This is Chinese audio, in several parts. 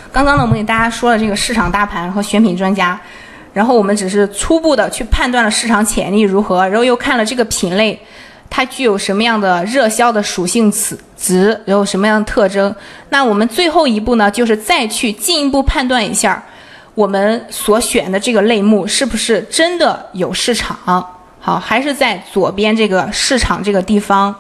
刚刚呢，我们给大家说了这个市场大盘和选品专家，然后我们只是初步的去判断了市场潜力如何，然后又看了这个品类它具有什么样的热销的属性值，然后什么样的特征。那我们最后一步呢，就是再去进一步判断一下我们所选的这个类目是不是真的有市场。好，还是在左边这个市场这个地方。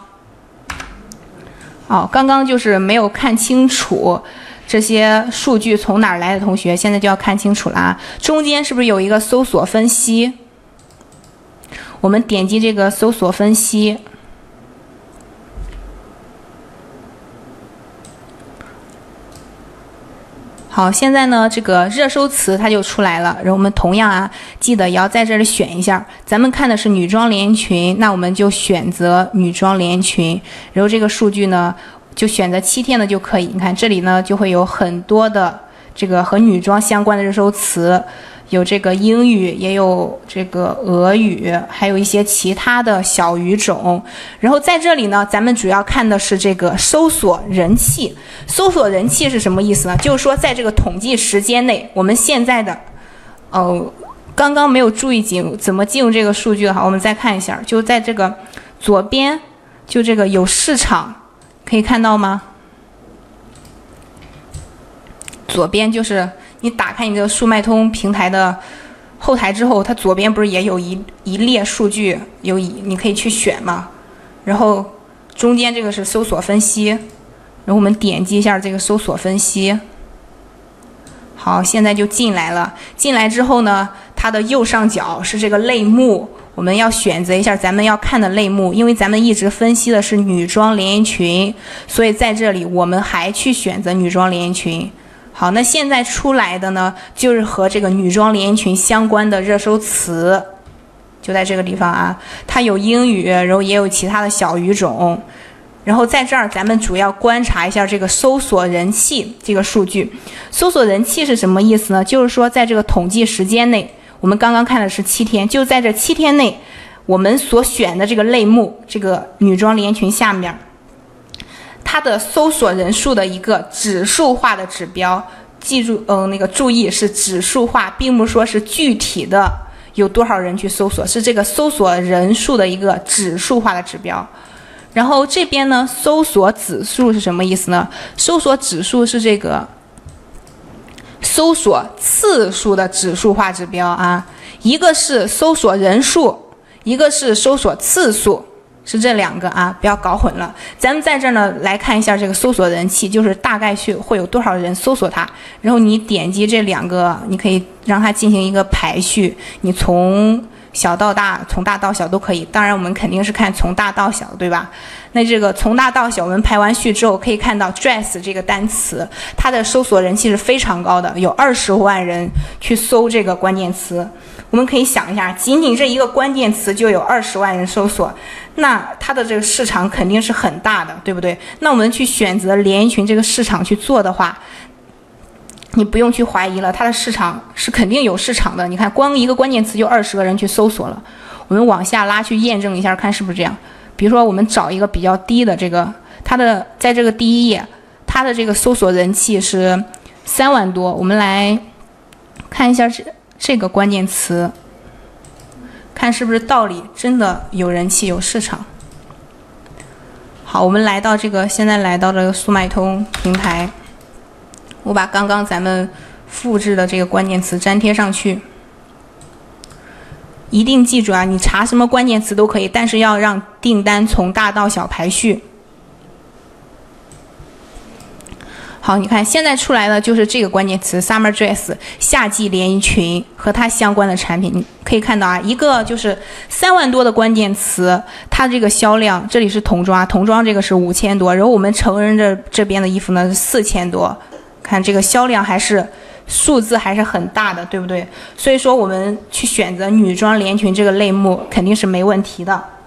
刚刚就是没有看清楚这些数据从哪儿来的同学，现在就要看清楚了啊！中间是不是有一个搜索分析？我们点击这个搜索分析。好，现在呢，这个热搜词它就出来了。然后我们同样啊，记得也要在这里选一下。咱们看的是女装连衣裙，那我们就选择女装连衣裙。然后这个数据呢，就选择7天的就可以。你看这里呢，就会有很多的这个和女装相关的热搜词。有这个英语，也有这个俄语，还有一些其他的小语种。然后在这里呢，咱们主要看的是这个搜索人气。搜索人气是什么意思呢？就是说在这个统计时间内，我们现在的刚刚没有注意怎么进入这个数据的话，我们再看一下，就在这个左边，就这个有市场，可以看到吗？左边就是你打开你这个速卖通平台的后台之后，它左边不是也有一列数据，你可以去选嘛。然后中间这个是搜索分析，然后我们点击一下这个搜索分析。好，现在就进来了。进来之后呢，它的右上角是这个类目，我们要选择一下咱们要看的类目，因为咱们一直分析的是女装连衣裙，所以在这里我们还去选择女装连衣裙。好，那现在出来的呢，就是和这个女装连衣裙相关的热搜词，就在这个地方啊。它有英语，然后也有其他的小语种。然后在这儿，咱们主要观察一下这个搜索人气这个数据。搜索人气是什么意思呢？就是说，在这个统计时间内，我们刚刚看的是7天，就在这7天内，我们所选的这个类目，这个女装连衣裙下面，它的搜索人数的一个指数化的指标，记住，注意是指数化，并不是说是具体的有多少人去搜索，是这个搜索人数的一个指数化的指标。然后这边呢，搜索指数是什么意思呢？搜索指数是这个搜索次数的指数化指标啊，一个是搜索人数，一个是搜索次数。是这两个啊，不要搞混了。咱们在这儿呢来看一下这个搜索人气，就是大概会有多少人搜索它。然后你点击这两个，你可以让它进行一个排序，你从小到大，从大到小都可以。当然我们肯定是看从大到小，对吧？那这个从大到小，我们排完序之后，可以看到 dress 这个单词，它的搜索人气是非常高的，有20万人去搜这个关键词。我们可以想一下，仅仅这一个关键词就有20万人搜索，那它的这个市场肯定是很大的，对不对？那我们去选择连衣裙这个市场去做的话，你不用去怀疑了，它的市场是肯定有市场的。你看，光一个关键词就20个人去搜索了。我们往下拉去验证一下，看是不是这样。比如说，我们找一个比较低的这个，它的在这个第一页，它的这个搜索人气是3万多。我们来看一下这个关键词，看是不是道理真的有人气有市场。好，我们现在来到这个速卖通平台，我把刚刚咱们复制的这个关键词粘贴上去。一定记住啊，你查什么关键词都可以，但是要让订单从大到小排序。好，你看现在出来的就是这个关键词 summer dress 夏季连衣裙和它相关的产品。你可以看到啊，一个就是3万多的关键词，它这个销量，这里是童装啊，童装这个是5000多，然后我们成人这边的衣服呢是4000多，看这个销量数字还是很大的，对不对？所以说我们去选择女装连衣裙这个类目肯定是没问题的。